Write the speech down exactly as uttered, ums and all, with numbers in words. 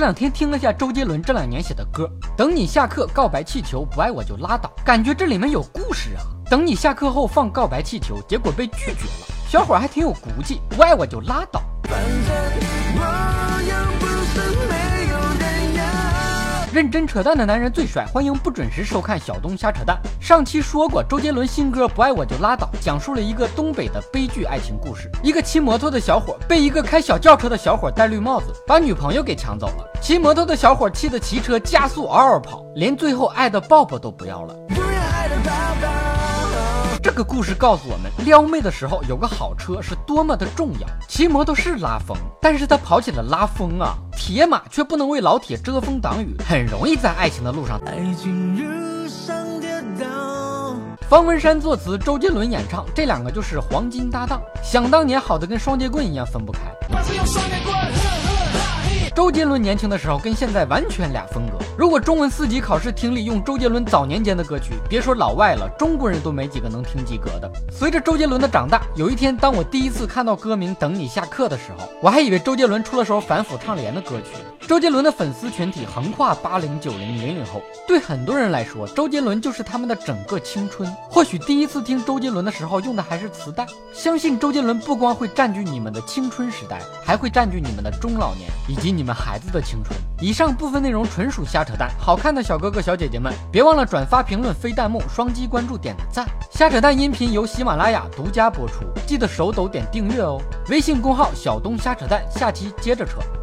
这两天听了下周杰伦这两年写的歌，等你下课告白气球，不爱我就拉倒，感觉这里面有故事啊。等你下课后放告白气球，结果被拒绝了，小伙还挺有骨气，不爱我就拉倒。反正我又不是没有人要。认真扯淡的男人最帅，欢迎不准时收看小东瞎扯淡。上期说过，周杰伦新歌不爱我就拉倒，讲述了一个东北的悲剧爱情故事。一个骑摩托的小伙被一个开小轿车的小伙戴绿帽子，把女朋友给抢走了。骑摩托的小伙气得骑车加速嗷嗷跑，连最后爱的抱抱都不要了。不要爱的抱抱。这个故事告诉我们，撩妹的时候有个好车是多么的重要。骑摩托是拉风，但是他跑起了拉风啊，铁马却不能为老铁遮风挡雨，很容易在爱情的路上。爱情路上跌倒。方文山作词，周杰伦演唱，这两个就是黄金搭档，想当年好的跟双截棍一样分不开。周杰伦年轻的时候跟现在完全俩风格。如果中文四级考试听力用周杰伦早年间的歌曲，别说老外了，中国人都没几个能听及格的。随着周杰伦的长大，有一天当我第一次看到歌名《等你下课》的时候，我还以为周杰伦出了首反腐唱联的歌曲。周杰伦的粉丝群体横跨八零、九零、零零后，对很多人来说，周杰伦就是他们的整个青春。或许第一次听周杰伦的时候用的还是磁带，相信周杰伦不光会占据你们的青春时代，还会占据你们的中老年以及你们孩子的青春。以上部分内容纯属瞎扯淡，好看的小哥哥小姐姐们别忘了转发评论飞弹幕，双击关注点个赞。瞎扯淡音频由喜马拉雅独家播出，记得手抖点订阅哦。微信公号小东瞎扯淡，下期接着扯。